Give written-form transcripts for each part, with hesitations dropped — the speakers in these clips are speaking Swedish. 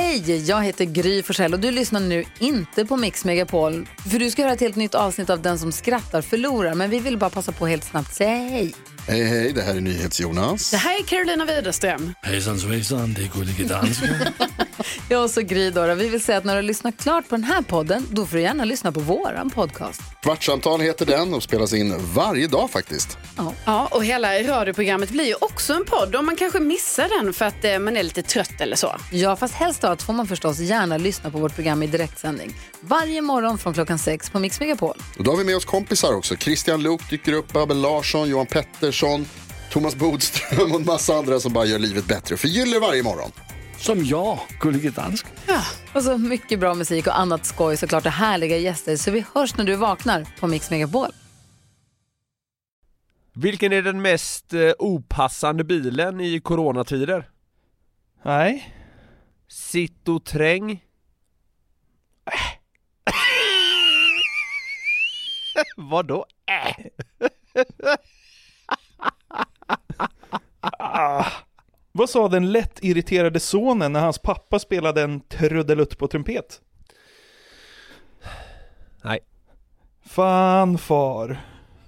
Hej, jag heter Gry Forssell och du lyssnar nu inte på Mix Megapol. För du ska höra ett helt nytt avsnitt av Den som skrattar förlorar. Men vi vill bara passa på helt snabbt säga hej. Hej, hej, det här är NyhetsJonas. Det här är Carolina Widerström. Hejsan svejsan, det är Gullige Dansken. Jag och så Gry då. Vi vill säga att när du har lyssnat klart på den här podden, då får du gärna lyssna på våran podcast. Kvartsamtal heter den och spelas in varje dag faktiskt. Ja, och hela radioprogrammet blir ju också en podd om man kanske missar den för att man är lite trött eller så. Ja, fast helst då får man förstås gärna lyssna på vårt program i direktsändning. Varje morgon från 6 på Mix Megapol. Och då har vi med oss kompisar också. Christian Luuk dyker upp, Abel Larsson, Johan Pettersson, Thomas Bodström och en massa andra som bara gör livet bättre och förgyller varje morgon. Som jag, Gullige Dansken. Ja, och så mycket bra musik och annat skoj, såklart, och härliga gäster. Så vi hörs när du vaknar på Mix Megapol. Vilken är den mest opassande bilen i coronatider? Nej. Citroën. Vadå? Vad sa den lätt irriterade sonen när hans pappa spelade en trudelutt på trumpet? Nej. Fanfar.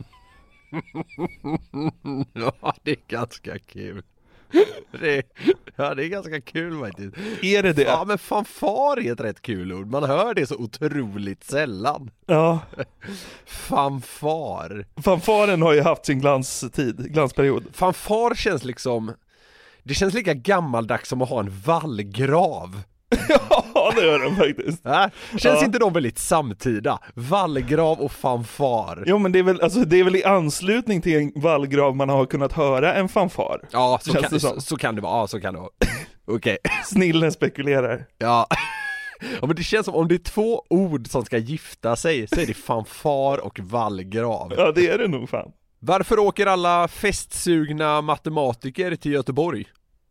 Ja, det är ganska kul. Det är ganska kul faktiskt. Är det det? Ja, men fanfar är ett rätt kul ord. Man hör det så otroligt sällan. Ja. Fanfar. Fanfaren har ju haft sin glansperiod. Fanfar känns liksom... Det känns lika gammaldags som att ha en vallgrav. Ja, det gör den faktiskt. Känns inte de väldigt samtida? Vallgrav och fanfar. Jo, men det är väl i anslutning till en vallgrav man har kunnat höra en fanfar. Ja, så kan det vara. Ja, så kan det vara. Okej. Snillen spekulerar. Ja. Ja, men det känns som om det är två ord som ska gifta sig, så är det fanfar och vallgrav. Ja, det är det nog fan. Varför åker alla festsugna matematiker till Göteborg?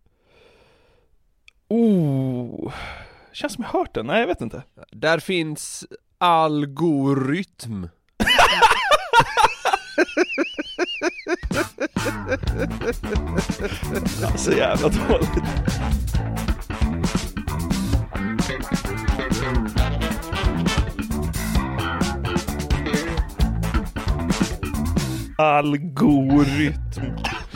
Känns som jag hört den. Nej, jag vet inte. Där finns algoritm. Så jävla dåligt. Algoritm.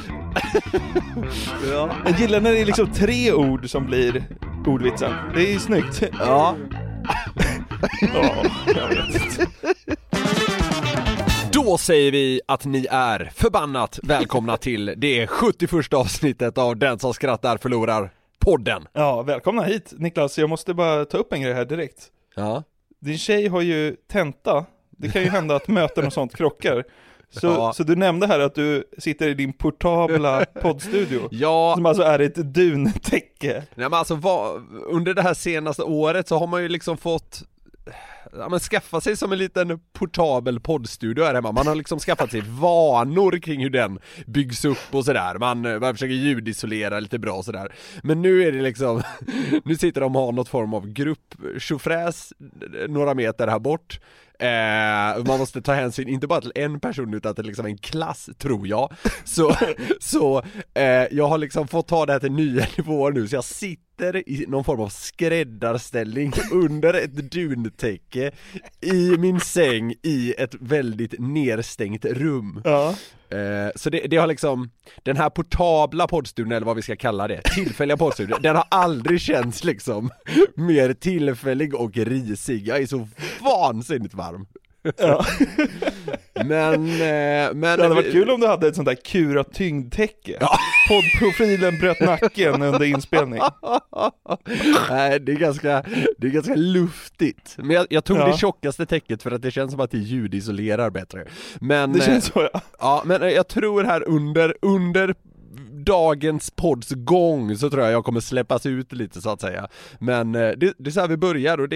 Ja. Jag gillar när det är liksom 3 ord som blir ordvitsen. Det är snyggt. Ja. Ja, jag vet inte. Då säger vi att ni är förbannat välkomna till det 71:a avsnittet av Den som skrattar förlorar podden. Ja, välkomna hit Niklas. Jag måste bara ta upp en grej här direkt. Ja. Din tjej har ju tenta. Det kan ju hända att möten och sånt krockar. Så du nämnde här att du sitter i din portabla poddstudio. Ja. Som alltså är ett duntäcke. Nej, men alltså under det här senaste året så har man ju liksom fått skaffa sig som en liten portabel poddstudio här hemma. Man har liksom skaffat sig vanor kring hur den byggs upp och sådär. Man försöker ljudisolera lite bra och sådär. Men nu är det liksom nu sitter de och har något form av grupptjofräs några meter här bort. Man måste ta hänsyn inte bara till en person utan till liksom en klass, tror jag. Så jag har liksom fått ta det här till nya nivåer nu. Så jag sitter i någon form av skräddarställning under ett duntäcke i min säng i ett väldigt nerstängt rum. Ja. Så det har liksom, den här portabla poddstudion, eller vad vi ska kalla det, tillfälliga poddstudion, den har aldrig känts liksom mer tillfällig och risig. Jag är så vansinnigt varm. Ja. Men det hade varit kul om du hade ett sånt där kurat tyngdtäcke. Ja. Poddprofilen bröt nacken under inspelning. Nej, det är ganska luftigt. Men jag tog det tjockaste täcket för att det känns som att det ljudisolerar bättre. Men det känns så, ja. Ja, men jag tror här under dagens podds gång så tror jag kommer släppas ut lite, så att säga. Men det är så här vi börjar, och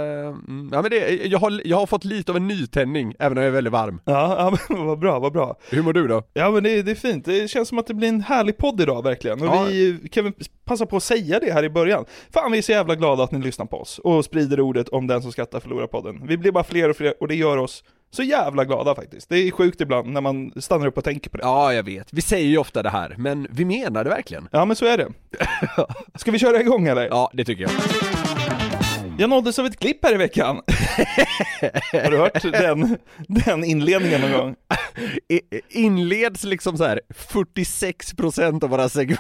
jag har fått lite av en nytändning även om jag är väldigt varm. Ja, men vad bra. Hur mår du då? Ja, men det är fint. Det känns som att det blir en härlig podd idag verkligen. Och vi kan passa på att säga det här i början. Fan, vi är så jävla glada att ni lyssnar på oss och sprider ordet om Den som skrattar förlorar podden. Vi blir bara fler och fler och det gör oss så jävla glada faktiskt. Det är sjukt ibland när man stannar upp och tänker på det. Ja, jag vet. Vi säger ju ofta det här, men vi menar det verkligen. Ja, men så är det. Ska vi köra igång eller? Ja, det tycker jag. Jag nåddes av ett klipp här i veckan. Har du hört den inledningen någon gång? Inleds liksom så här 46% av våra segment.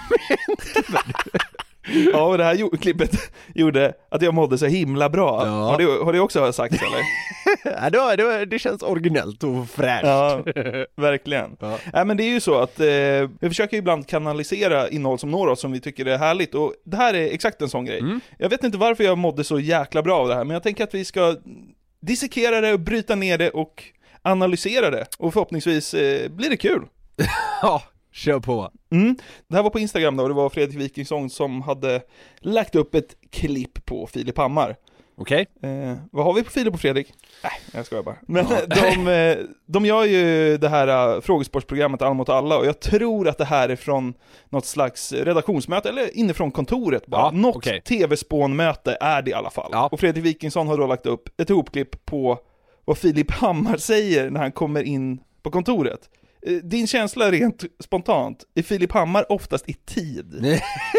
Ja, och det här klippet gjorde att jag mådde så himla bra. Ja. Har det också sagt eller? Ja, det känns originellt och fräscht. Ja, verkligen. Ja. Men det är ju så att vi försöker ibland kanalisera innehåll som når oss som vi tycker är härligt. Och det här är exakt en sån grej. Jag vet inte varför jag mådde så jäkla bra av det här, men jag tänker att vi ska dissekera det och bryta ner det och analysera det. Och förhoppningsvis blir det kul. Ja. Kör på. Det här var på Instagram då, och det var Fredrik Wikingsson som hade lagt upp ett klipp på Filip Hammar. Okej. Vad har vi på Filip och Fredrik? Nej, jag skojar bara. Men de gör ju det här frågesportsprogrammet All mot alla, och jag tror att det här är från något slags redaktionsmöte eller inifrån kontoret bara. Något tv-spånmöte är det i alla fall. Ja. Och Fredrik Wikingsson har då lagt upp ett ihopklipp på vad Filip Hammar säger när han kommer in på kontoret. Din känsla rent spontant, är Filip Hammar oftast i tid?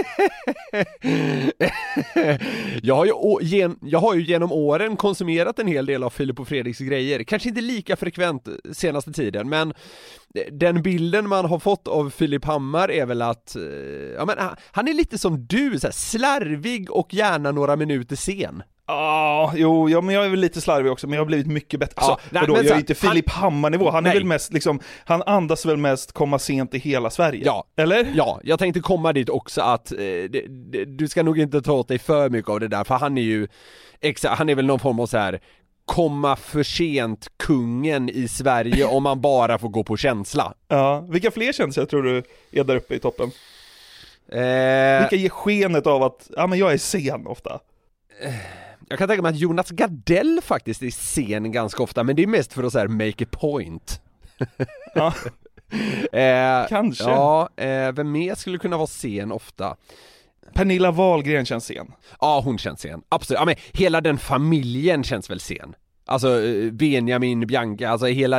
Jag har ju genom åren konsumerat en hel del av Filip och Fredriks grejer. Kanske inte lika frekvent senaste tiden, men den bilden man har fått av Filip Hammar är väl att han är lite som du, så här, slarvig och gärna några minuter sen. Ja, men jag är väl lite slarvig också, men jag har blivit mycket bättre. Jag är inte Filip Hammar-nivå. Han är väl mest liksom, han andas väl mest komma sent i hela Sverige. Ja. Eller? Ja, jag tänkte komma dit också att du ska nog inte ta åt dig för mycket av det där, för han är ju han är väl någon form av så här komma för sent kungen i Sverige om man bara får gå på känsla. Ja, vilka fler känslor tror du är där uppe i toppen? Vilka ger skenet av att men jag är sen ofta? Jag kan tänka mig att Jonas Gardell faktiskt är sen ganska ofta, men det är mest för att så här make a point. Ja. Kanske. Ja, vem mer skulle kunna vara sen ofta? Pernilla Wahlgren känns sen. Ja, hon känns sen. Absolut. Ja, men hela den familjen känns väl sen. Alltså Benjamin, Bianca, alltså hela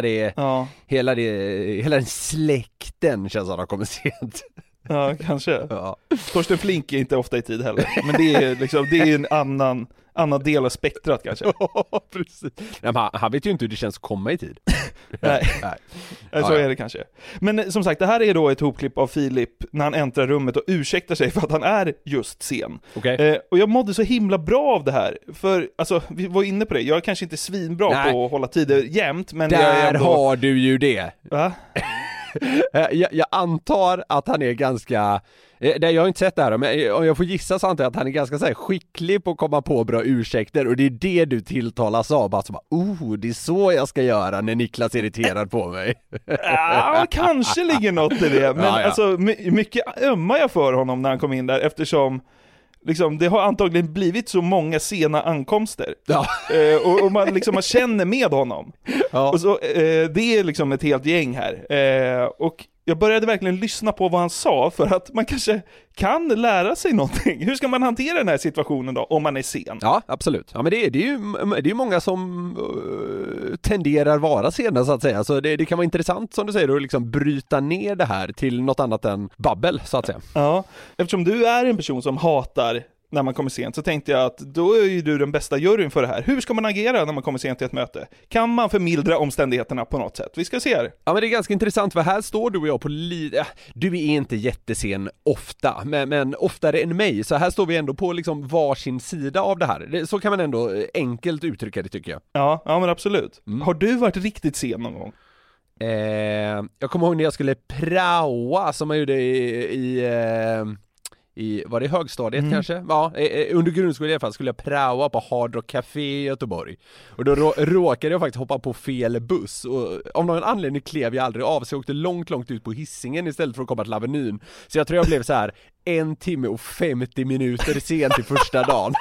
den släkten känns att de kommer sent. Ja, kanske. Ja. Torsten Flink är inte ofta i tid heller. Men det är liksom, det är en annan del av spektrat kanske. Precis. Nej, han vet ju inte hur det känns att komma i tid. Nej. Så är det kanske. Men som sagt, det här är då ett hopklipp av Filip när han äntrar rummet och ursäktar sig för att han är just sen. Okay. Och jag mådde så himla bra av det här. För, alltså, vi var inne på det. Jag är kanske inte svinbra på att hålla tider jämt, men där jag är ändå... har du ju det. Va? Jag antar att han är ganska, jag har inte sett det här, men om jag får gissa så antar jag att han är ganska så här skicklig på att komma på bra ursäkter, och det är det du tilltalas av, alltså det är så jag ska göra när Niklas är irriterad på mig. Ja, kanske ligger något i det, men alltså mycket ömmar jag för honom när han kom in där, eftersom liksom, det har antagligen blivit så många sena ankomster. Ja. Och man känner med honom. Ja. Och så, det är liksom ett helt gäng här. Och jag började verkligen lyssna på vad han sa, för att man kanske kan lära sig någonting. Hur ska man hantera den här situationen då, om man är sen? Ja, absolut. Ja, men det är ju många som tenderar vara sena, så att säga. Så det kan vara intressant, som du säger, att liksom bryta ner det här till något annat än babbel, så att säga. Ja, eftersom du är en person som hatar när man kommer sent, så tänkte jag att då är ju du den bästa juryn för det här. Hur ska man agera när man kommer sent till ett möte? Kan man förmildra omständigheterna på något sätt? Vi ska se här. Ja, men det är ganska intressant, för här står du och jag på du är inte jättesen ofta, men oftare än mig. Så här står vi ändå på liksom varsin sida av det här. Så kan man ändå enkelt uttrycka det, tycker jag. Ja men absolut. Har du varit riktigt sen någon gång? Jag kommer ihåg när jag skulle praoa, som man gjorde var det högstadiet kanske? Ja, under grundskolan i alla fall skulle jag praoa på Hard Rock Café i Göteborg. Och då råkade jag faktiskt hoppa på fel buss, och av någon anledning klev jag aldrig av, så jag åkte långt ut på Hisingen istället för att komma till Avenyn. Så jag tror jag blev så här 1 timme och 50 minuter sent till första dagen.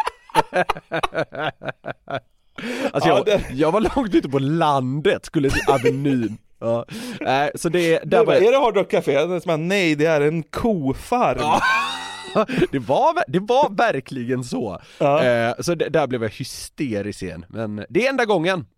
Alltså jag var långt ute på landet, skulle till Avenyn. Ja. Så det är det Hard Rock Café? Nej, det är en kofarm. Ja. Det var verkligen så. Ja. Så där blev jag hysterisk igen. Men det är enda gången.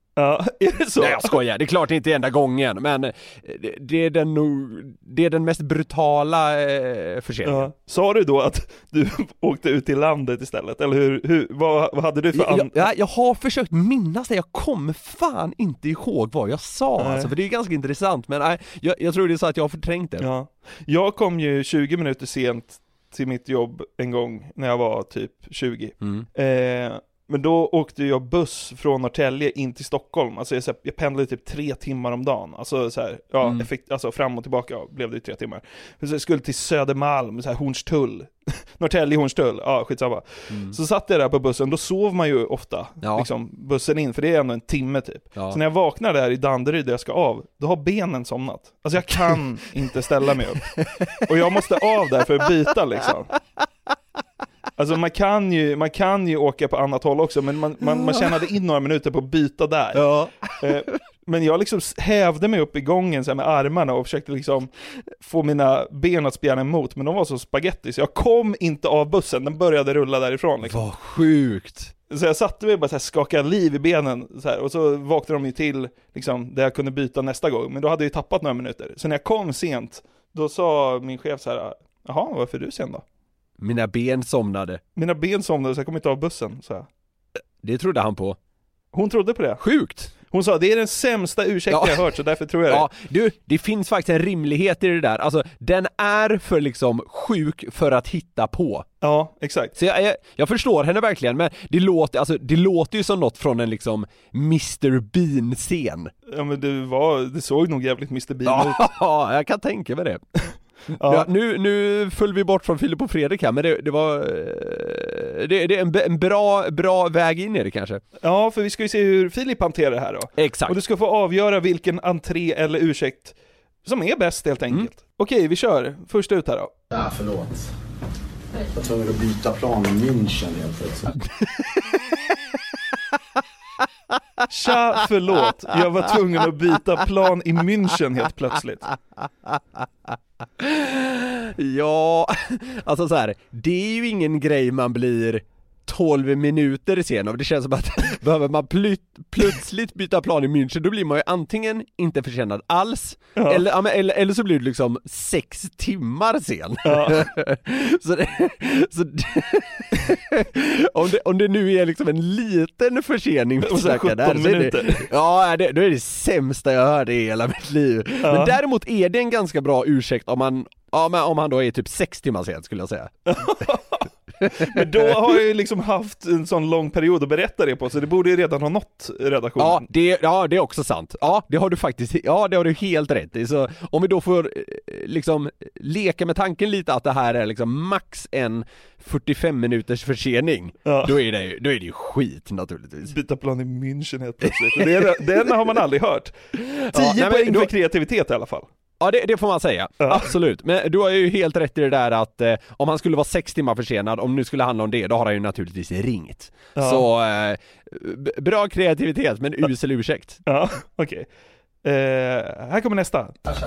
Ja, är det så? Nej, jag skojar. Det är klart inte enda gången, men det är den mest brutala förseningen. Ja. Sa du då att du åkte ut till landet istället? Eller vad hade du för jag har försökt minnas det. Jag kommer fan inte ihåg vad jag sa. Alltså, för det är ganska intressant. Men nej, jag tror det är så att jag har förträngt det. Ja. Jag kom ju 20 minuter sent till mitt jobb en gång när jag var typ 20. Men då åkte jag buss från Norrtälje in till Stockholm. Alltså jag pendlade typ 3 timmar om dagen. Alltså så här, alltså fram och tillbaka blev det 3 timmar. Så jag skulle till Södermalm, så här Hornstull. Norrtälje, Hornstull, skitsamma. Så satt jag där på bussen, då sov man ju ofta liksom, bussen in, för det är ändå en timme typ. Så när jag vaknar där i Danderyd där jag ska av, då har benen somnat. Alltså jag kan inte ställa mig upp. Och jag måste av där för att byta liksom. Alltså man kan ju åka på annat håll också, men man tjänade in några minuter på att byta där. Ja. Men jag liksom hävde mig upp i gången så här med armarna och försökte liksom få mina ben att spjärna emot, men de var så spaghetti så jag kom inte av bussen, den började rulla därifrån liksom. Vad sjukt. Så jag satte mig bara så här, skakade liv i benen så här, och så vaknade de ju till liksom, där jag kunde byta nästa gång, men då hade jag ju tappat några minuter. Så när jag kom sent, då sa min chef så här: jaha, varför är du sen då? Mina ben somnade så jag kom inte av bussen, så här. Det trodde han på. Hon trodde på det. Sjukt. Hon sa, det är den sämsta ursäkten jag hört, så därför tror jag det. Ja, det finns faktiskt en rimlighet i det där. Alltså, den är för liksom sjuk för att hitta på. Ja, exakt. Så jag förstår henne verkligen, men det låter ju som något från en liksom Mr. Bean-scen. Ja, men det såg nog jävligt Mr. Bean ut. Ja, jag kan tänka mig det. Ja, nu föll vi bort från Filip och Fredrik här, men det är en bra väg in i det kanske. Ja, för vi ska ju se hur Filip hanterar det här då. Exakt. Och du ska få avgöra vilken entré eller ursäkt som är bäst helt enkelt. Okej, vi kör. Först ut här då. Ja, förlåt. Jag var tvungen att byta plan i München helt plötsligt. Tja, förlåt. Jag var tvungen att byta plan i München helt plötsligt. Ja, alltså så här, det är ju ingen grej man blir 12 minuter sen av. Det känns som att behöver man plötsligt byta plan i München, då blir man ju antingen inte försenad alls, eller så blir det liksom 6 timmar sen. Ja. om det nu är liksom en liten försening och så 17 minuter. Då är det sämsta jag hörde i hela mitt liv. Ja. Men däremot är det en ganska bra ursäkt om han då är typ 6 timmar sen, skulle jag säga. Men då har jag ju liksom haft en sån lång period att berätta det på, så det borde ju redan ha nått redaktionen. Ja, det är också sant. Ja, det har du faktiskt, det har du helt rätt i. Så om vi då får liksom leka med tanken lite att det här är liksom max en 45 minuters försening, då är det ju skit naturligtvis. Byta plan i München helt plötsligt. Den har man aldrig hört. 10 poäng för kreativitet i alla fall. Ja, det får man säga. Ja. Absolut. Men du har ju helt rätt i det där att om han skulle vara 6 timmar försenad, om nu skulle handla om det, då har han ju naturligtvis ringt. Ja. Så bra kreativitet, men usel ursäkt. Ja, okej. Här kommer nästa.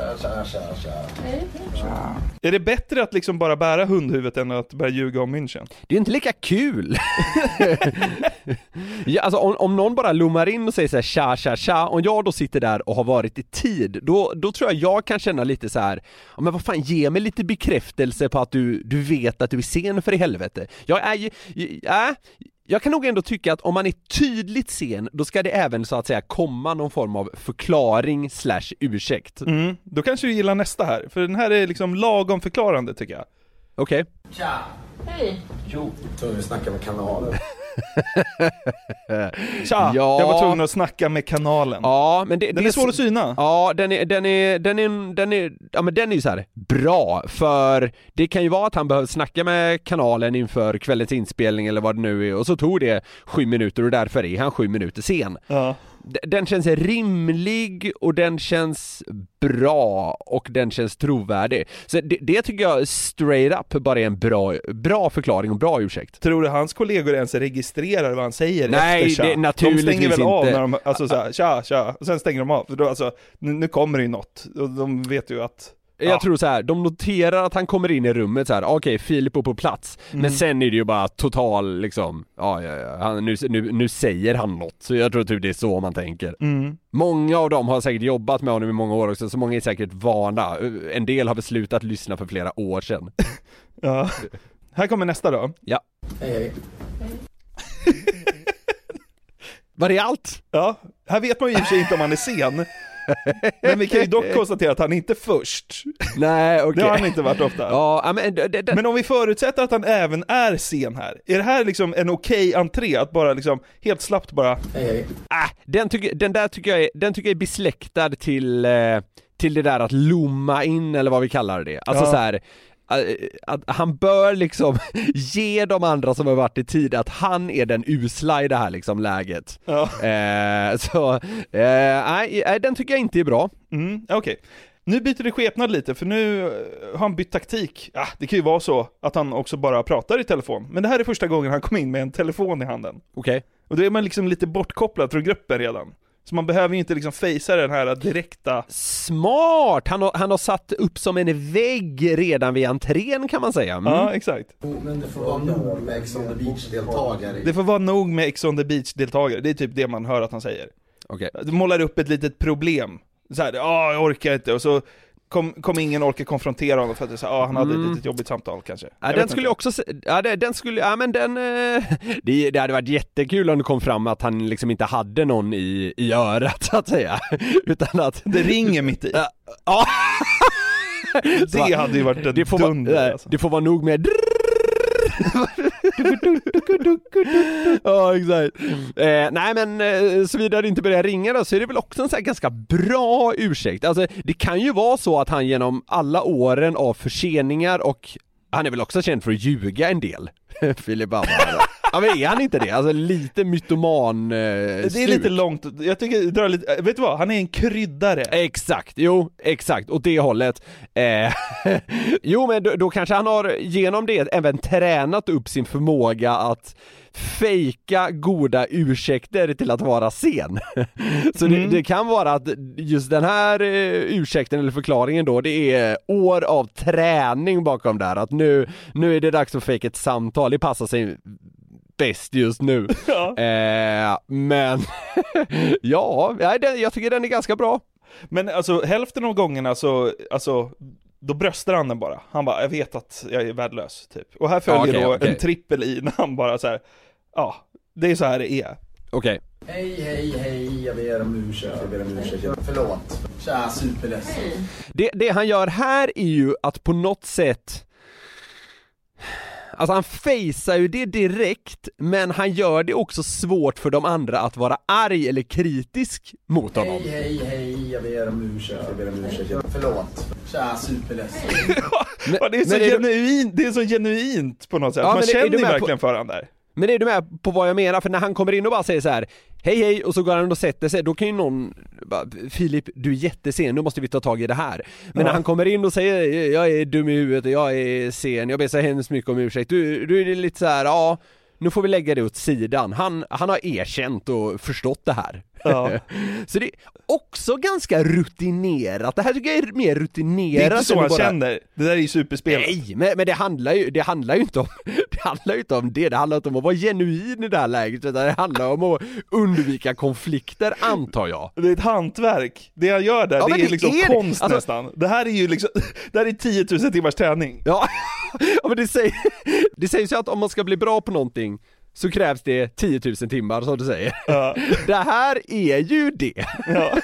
Är det bättre att liksom bara bära hundhuvudet än att börja ljuga om München? Det är inte lika kul. Ja, alltså om någon bara lommar in och säger så här tja, och jag då sitter där och har varit i tid, då tror jag kan känna lite så här, men vad fan, ge mig lite bekräftelse på att du vet att du är sen, för i helvete. Jag kan nog ändå tycka att om man är tydligt sen, då ska det även så att säga komma någon form av förklaring / ursäkt. Då kanske du gillar nästa här, för den här är liksom lagom förklarande tycker jag. Okej. Tja. Hej. Jo, vi snackar med kanalen. Tja, jag var tvungen att snacka med kanalen. Ja, men den är svår att syna. Ja, den är ju så här bra, för det kan ju vara att han behöver snacka med kanalen inför kvällens inspelning eller vad det nu är, och så tog det 7 minuter och därför är han 7 minuter sen. Ja. Den känns rimlig och den känns bra och den känns trovärdig. Så det tycker jag straight up bara är en bra förklaring och bra ursäkt. Tror du hans kollegor ens registrerar vad han säger? Nej, efter det naturligtvis de stänger väl inte av när de, alltså så här, tja, och sen stänger de av. Då, alltså, nu kommer det ju något och de vet ju att Jag tror så här, de noterar att han kommer in i rummet så här. Okej, Filip är på plats. Men sen är det ju bara total liksom, nu säger han något. Så jag tror typ det är så man tänker. Många av dem har säkert jobbat med honom i många år också, så många är säkert vana. En del har beslutat lyssna för flera år sedan. Ja. Här kommer nästa då. Ja. Hej. Var det allt? Ja, här vet man ju i och för sig inte om han är sen. Men vi kan ju dock konstatera att han inte är först. Nej, okej. Det har han inte varit ofta. Ja, men, men om vi förutsätter att han även är sen här, är det här liksom en okej entré att bara liksom helt slappt bara... Hej. Den tycker jag är besläktad till det där att lomma in, eller vad vi kallar det. Alltså så här, att han bör liksom ge de andra som har varit i tid att han är den usla i det här liksom läget. Ja. Den tycker jag inte är bra. Okej. Nu byter det skepnad lite, för nu har han bytt taktik. Det kan ju vara så att han också bara pratar i telefon. Men det här är första gången han kom in med en telefon i handen. Okej. Och då är man liksom lite bortkopplad från gruppen redan. Så man behöver ju inte liksom facea den här direkta... Smart! Han har satt upp som en vägg redan vid entrén, kan man säga. Ja, exakt. Men det får vara nog med Ex on the Beach-deltagare. Det får vara nog med Ex on the Beach-deltagare. Det är typ det man hör att han säger. Okej. Du målar upp ett litet problem. Så här, jag orkar inte. Och så kom ingen orka konfrontera honom för att han hade ett litet jobbigt samtal kanske. Den skulle också det hade varit jättekul om det kom fram att han liksom inte hade någon i örat, så att säga. Utan att det ringer mitt i. Ja. Det hade ju varit en dunder. Alltså. Det får vara nog med ja, exakt. Nej, men såvida det inte börjar ringa då, så är det väl också en så här ganska bra ursäkt. Alltså, det kan ju vara så att han genom alla åren av förseningar, och han är väl också känd för att ljuga en del. Filip Hammar. Ja, men är han inte det? Alltså lite mytoman det är lite långt. Jag tycker dra lite, vet du vad? Han är en kryddare. Exakt. Åt det hållet. Jo, men då kanske han har genom det även tränat upp sin förmåga att fejka goda ursäkter till att vara sen. Så det kan vara att just den här ursäkten eller förklaringen då, det är år av träning bakom där. Att nu är det dags att fejka ett samtal. Det passar sig bäst just nu. Ja. Men jag tycker den är ganska bra. Men alltså hälften av gångerna så då bröstar han den bara. Han bara, jag vet att jag är värdelös typ. Och här följer en trippel i när han bara så här, det är så här det är. Okej. Hej, jag ber om ursäkt. Förlåt. Tja, superledsen. Det han gör här är ju att på något sätt, alltså han facear ju det direkt, men han gör det också svårt för de andra att vara arg eller kritisk mot honom. Hej, jag ber om ursäkt. Förlåt. Tja, superledsen. Det är så genuint, det är så genuint på något sätt. Man känner ju verkligen för han där. Men är du med på vad jag menar? För när han kommer in och bara säger så här: hej, och så går han och sätter sig, då kan ju någon bara, Filip, du är jättesen, nu måste vi ta tag i det här. Men när han kommer in och säger, jag är dum i huvudet och jag är sen, jag ber så hemskt mycket om ursäkt, du är lite så här, nu får vi lägga det åt sidan. Han har erkänt och förstått det här. Ja. Så det är också ganska rutinerat. Det här tycker jag är mer rutinerat. Det är inte så han känner. Det där är ju superspel. Nej, men det handlar ju inte om det. Det handlar inte om att vara genuin i det här läget, utan det handlar om att undvika konflikter, antar jag. Det är ett hantverk. Det jag gör där, det är liksom konst alltså, nästan. Det här är ju liksom, det här är 10 000 timmars träning. Ja, men det sägs ju att om man ska bli bra på någonting så krävs det 10 000 timmar, som du säger. Ja. Det här är ju det. Ja.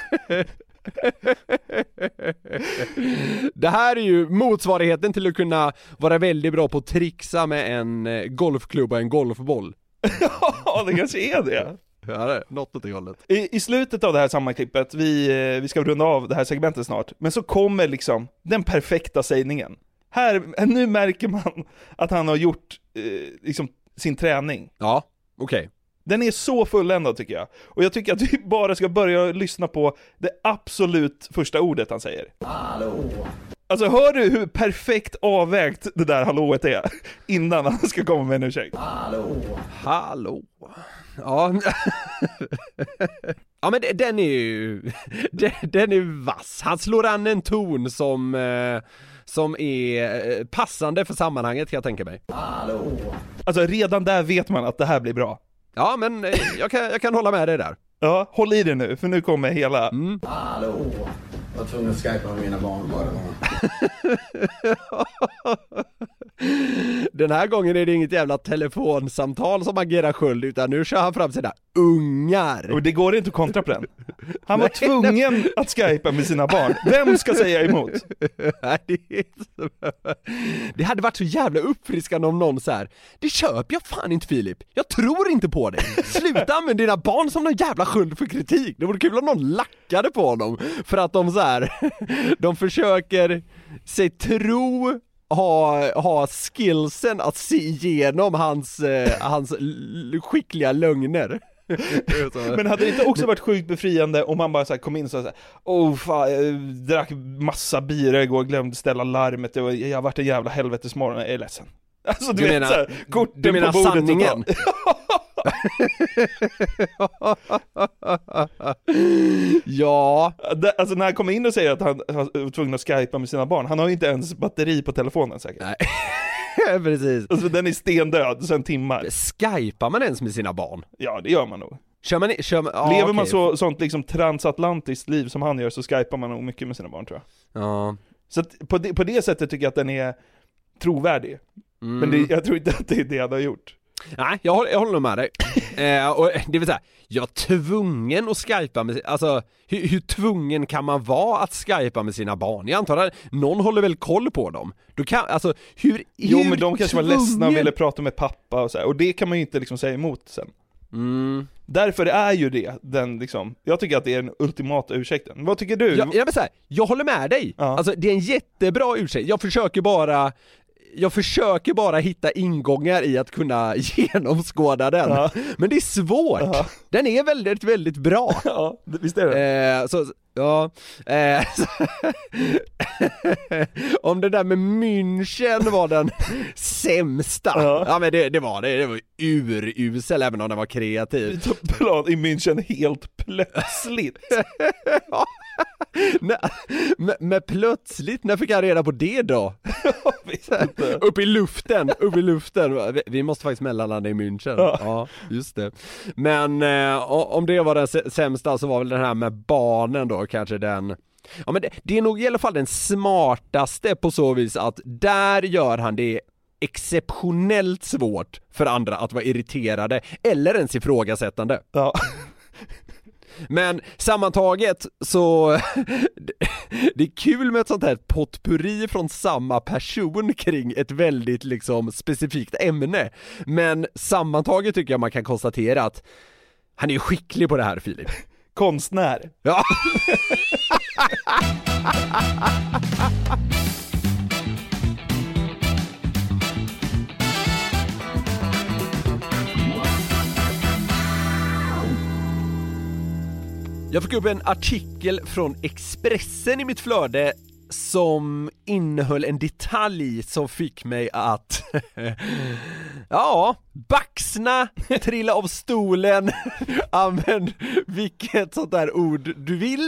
Det här är ju motsvarigheten till att kunna vara väldigt bra på att trixa med en golfklubb och en golfboll. Ja, det kanske är det. Ja, det är något åt det hållet. I slutet av det här sammanklippet, vi ska runda av det här segmentet snart, men så kommer liksom den perfekta sägningen. Nu märker man att han har gjort liksom sin träning. Ja, okej. Den är så fulländad tycker jag. Och jag tycker att vi bara ska börja lyssna på det absolut första ordet han säger. Hallå. Alltså hör du hur perfekt avvägt det där hallået är innan han ska komma med en ursäkt? Hallå. Ja. Ja, men den är ju den är vass. Han slår an en ton som är passande för sammanhanget, kan jag tänka mig. Hallå. Alltså redan där vet man att det här blir bra. Ja, men jag kan hålla med dig där. Ja, håll i det nu, för nu kommer hela... Hallå. Jag var tvungen att skypa med mina barn bara. Den här gången är det inget jävla telefonsamtal som agerar sköld, utan nu kör han fram sina ungar. Och det går inte att kontra på den. Han var tvungen att skypa med sina barn. Vem ska säga emot? Det hade varit så jävla uppfriskande om någon så här: det köper jag fan inte, Filip. Jag tror inte på det. Sluta använda dina barn som någon jävla sköld för kritik. Det vore kul om någon lackade på honom för att de så här, de försöker sig tro ha skillsen att se igenom hans skickliga lögner. Men hade det inte också varit sjukt befriande om han bara så här kom in och sa så här: fan, jag drack massa bira igår, glömde ställa larmet och jag har varit en jävla helvetesmorgon, jag är ledsen. Alltså du vet, så här, korten du menar på bordet sanningen? Ja. Alltså när han kommer in och säger att han var tvungen att skypa med sina barn, han har ju inte ens batteri på telefonen säkert. Nej. Precis. Alltså den är stendöd sen timmar. Skypar man ens med sina barn? Ja, det gör man nog. Lever man sånt liksom transatlantiskt liv som han gör, så skypar man nog mycket med sina barn, tror jag. Ja. Så att på det sättet tycker jag att den är trovärdig. Men jag tror inte att det är det han har gjort. Nej, jag håller med dig. Och det vill säga, jag är tvungen att skypa med... Alltså, hur tvungen kan man vara att skypa med sina barn? Jag antar att någon håller väl koll på dem. Du kan, alltså, jo, men de kanske var ledsna och ville prata med pappa och så här. Och det kan man ju inte liksom säga emot sen. Därför är ju det den liksom, jag tycker att det är den ultimata ursäkten. Vad tycker du? Jag håller med dig. Ja. Alltså, det är en jättebra ursäkt. Jag försöker bara hitta ingångar i att kunna genomskåda den. Ja. Men det är svårt. Ja. Den är väldigt, väldigt bra. Ja, visst är det. Om det där med München var den sämsta. Ja, men det var urusel, även om den var kreativ. Plan i München helt plötsligt. Ja. Men plötsligt, när fick jag reda på det då? Upp i luften. Vi måste faktiskt mellanlanda i München. Ja, just det. Men om det var den sämsta, så var väl den här med barnen då kanske den. Ja, men det är nog i alla fall den smartaste, på så vis att där gör han det exceptionellt svårt för andra att vara irriterade eller ens ifrågasättande. Ja. Men sammantaget så det är kul med ett sånt här potpurri från samma person kring ett väldigt liksom specifikt ämne. Men sammantaget tycker jag man kan konstatera att han är ju skicklig på det här, Filip. Konstnär. Ja. Jag fick upp en artikel från Expressen i mitt flöde som innehöll en detalj som fick mig att baxna, trilla av stolen, använd vilket sånt där ord du vill.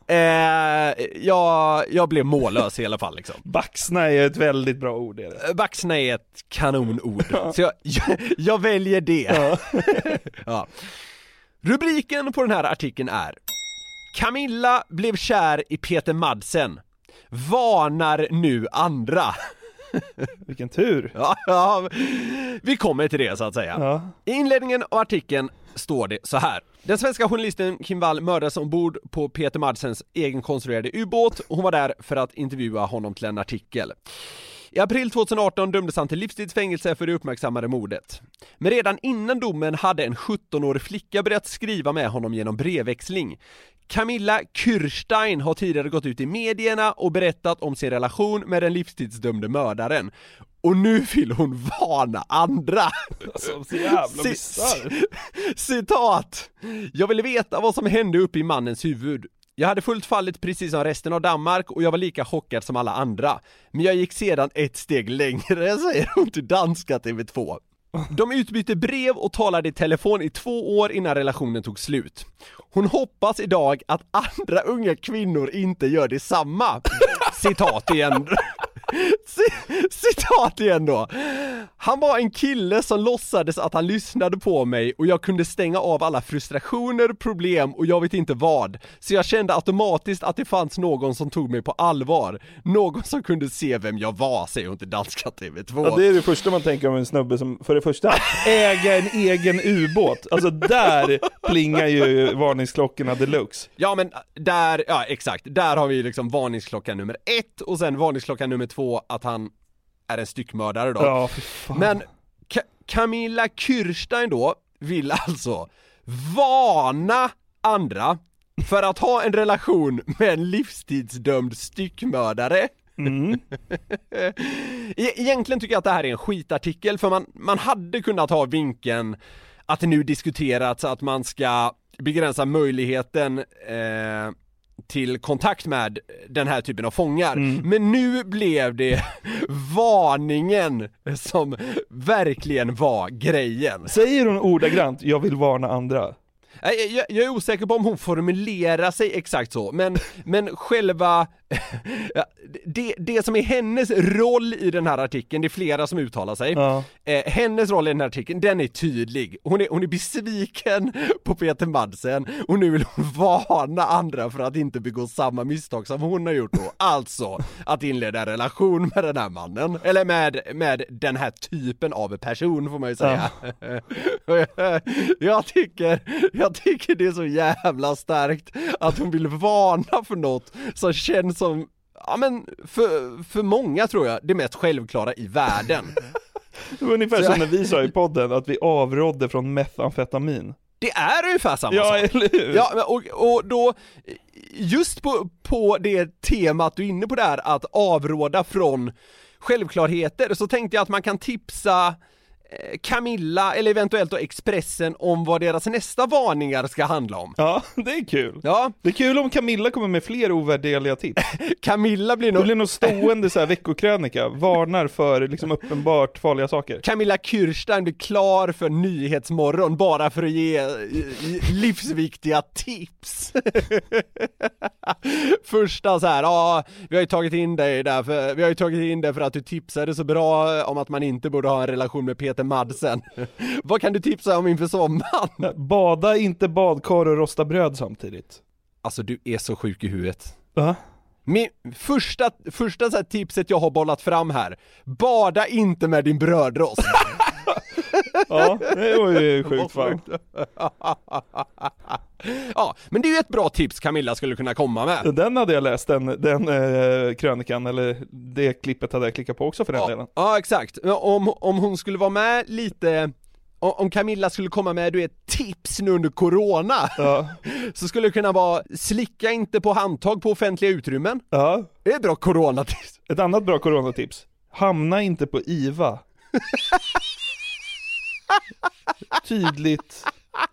Ja. Jag blev mållös i alla fall liksom. Baxna är ett väldigt bra ord. Är det? Baxna är ett kanonord. Så jag väljer det. Ja. Rubriken på den här artikeln är: Camilla blev kär i Peter Madsen. Varnar nu andra. Vilken tur. Ja, vi kommer till det så att säga. Ja. I inledningen av artikeln står det så här: den svenska journalisten Kim Wall mördades ombord på Peter Madsens egenkonstruerade ubåt. Hon var där för att intervjua honom till en artikel. I april 2018 dömdes han till livstidsfängelse för det uppmärksammade mordet. Men redan innan domen hade en 17-årig flicka börjat skriva med honom genom brevväxling. Camilla Kürstein har tidigare gått ut i medierna och berättat om sin relation med den livstidsdömde mördaren. Och nu vill hon varna andra. Alltså, så jävla bizarr. Citat: jag ville veta vad som hände uppe i mannens huvud. Jag hade fullt fallit precis som resten av Danmark och jag var lika chockad som alla andra. Men jag gick sedan ett steg längre, säger hon till danska TV2. De utbytte brev och talade i telefon i 2 år innan relationen tog slut. Hon hoppas idag att andra unga kvinnor inte gör detsamma. Citat igen. Citat igen då. Han var en kille som låtsades att han lyssnade på mig och jag kunde stänga av alla frustrationer, problem och jag vet inte vad. Så jag kände automatiskt att det fanns någon som tog mig på allvar. Någon som kunde se vem jag var, säger hon till danska TV2. Ja, det är det första man tänker om en snubbe som för det första äger en egen ubåt. Alltså där plingar ju varningsklockorna deluxe. Ja men där, ja exakt, där har vi liksom varningsklockan nummer 1 och sen varningsklockan nummer 2 att han är en styckmördare då. Ja, för fan. Men Camilla Kürstein då vill alltså varna andra för att ha en relation med en livstidsdömd styckmördare. Egentligen tycker jag att det här är en skitartikel, för man hade kunnat ha vinkeln att det nu diskuterats att man ska begränsa möjligheten till kontakt med den här typen av fångar. Men nu blev det varningen som verkligen var grejen. Säger hon ordagrant, jag vill varna andra? Jag är osäker på om hon formulerar sig exakt så, men själva det som är hennes roll i den här artikeln, det är flera som uttalar sig. Ja. Hennes roll i den här artikeln, den är tydlig. Hon är besviken på Peter Madsen och nu vill hon varna andra för att inte begå samma misstag som hon har gjort då. Alltså att inleda en relation med den här mannen, eller med den här typen av person får man ju säga. Ja. Jag tycker det är så jävla starkt att hon vill varna för något som känns som, ja men för många tror jag, det mest självklara i världen. Det var ungefär som när vi sa i podden att vi avrådde från metamfetamin. Det är ungefär samma sak. Ja, eller hur? Ja, och då just på det temat du är inne på där, att avråda från självklarheter, så tänkte jag att man kan tipsa Camilla eller eventuellt då Expressen om vad deras nästa varningar ska handla om. Ja, det är kul. Ja. Det är kul om Camilla kommer med fler ovärdeliga tips. Camilla blir Det blir nog stående så här veckokrönika, varnar för liksom uppenbart farliga saker. Camilla Kürstein blir klar för Nyhetsmorgon bara för att ge livsviktiga tips. Första så här, ja, vi har ju tagit in dig för att du tipsade så bra om att man inte borde ha en relation med Peter Madsen. Vad kan du tipsa om inför sommaren? Bada inte badkar och rosta bröd samtidigt. Alltså du är så sjuk i huvudet. Va? Min första så här tipset jag har bollat fram här: bada inte med din brödrost. Ja, det var ju sjukt fan. Ja, men det är ju ett bra tips Camilla skulle kunna komma med. Den hade jag läst, den krönikan, eller det klippet hade jag klickat på också för den delen. Ja, exakt. Om hon skulle vara med lite, om Camilla skulle komma med tips nu under corona, så skulle det kunna vara: slicka inte på handtag på offentliga utrymmen. Ja. Det är ett bra coronatips. Ett annat bra coronatips: hamna inte på IVA. Tydligt.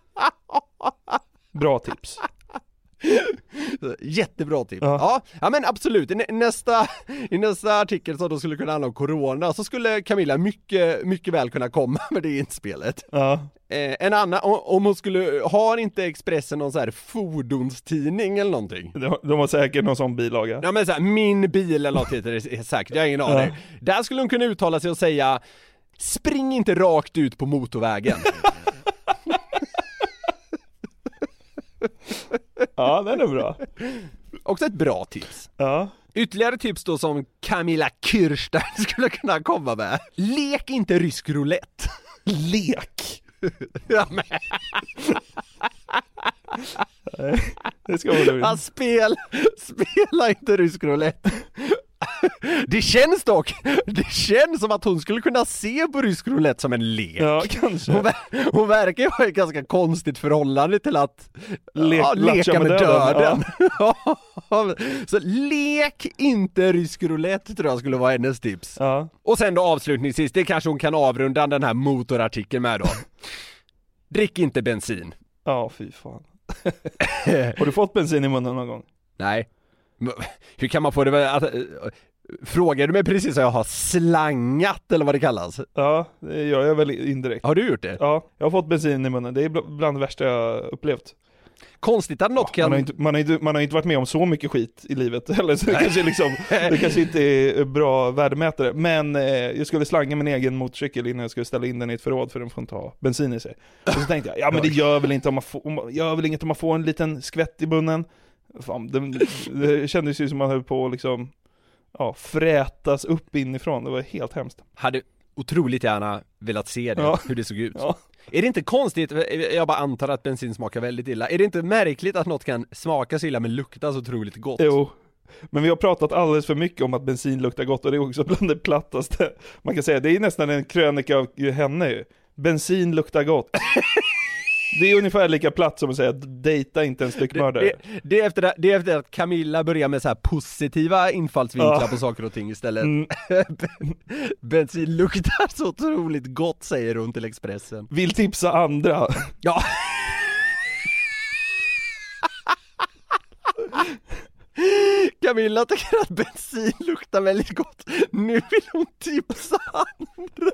Bra tips. Jättebra tips. Ja, men absolut. I nästa artikel som då skulle kunna handla om corona, så skulle Camilla mycket väl kunna komma med det inspelet. Ja. En annan, om hon skulle, har inte Expressen någon så här fordonstidning eller någonting? De har säkert någon sån bilaga. Ja, men så här, min bil eller något heter det säkert, jag har ingen aning. Där skulle hon kunna uttala sig och säga: spring inte rakt ut på motorvägen. Ja, den är bra. Också ett bra tips. Ja. Ytterligare tips då som Camilla Kürstein skulle kunna komma med: lek inte rysk roulette. Lek? Ja, men. Det ska vara spela inte rysk roulette. Det känns som att hon skulle kunna se på rysk roulette som en lek. Ja, kanske. Hon verkar ju ha ett ganska konstigt förhållande till att leka med döden. Ja. Så lek inte rysk roulette, tror jag skulle vara hennes tips. Ja. Och sen då avslutningsvis, det kanske hon kan avrunda den här motorartikeln med då: drick inte bensin. Ja, fy fan. Har du fått bensin i munnen någon gång? Nej. Hur kan man få det att Frågar du mig precis så jag har slangat eller vad det kallas? Ja, det gör jag väl indirekt. Har du gjort det? Ja, jag har fått bensin i munnen. Det är bland det värsta jag upplevt. Konstigt att något kan... Man har inte varit med om så mycket skit i livet heller, så det kanske inte är bra värdemätare. Men jag skulle slanga min egen motorcykel innan jag skulle ställa in den i ett förråd för den får inte ha bensin i sig. Och så tänkte jag, ja men det gör väl inget om man får en liten skvätt i munnen. Fan, det kändes ju som man höll på liksom, frätas upp inifrån. Det var helt hemskt. Hade otroligt gärna velat se det, hur det såg ut. Ja. Är det inte konstigt, jag bara antar att bensin smakar väldigt illa. Är det inte märkligt att något kan smaka så illa men lukta så otroligt gott? Jo, men vi har pratat alldeles för mycket om att bensin luktar gott och det är också bland det plattaste. Man kan säga, det är nästan en krönika av henne ju. Bensin luktar gott. Det är ungefär lika platt som att säga dejta inte en styckmördare. Det är efter att Camilla börjar med så här positiva infallsvinklar på saker och ting istället. Bensin luktar så otroligt gott, säger hon till Expressen. Vill tipsa andra. Ja. Camilla tycker att bensin luktar väldigt gott. Nu vill hon tipsa andra.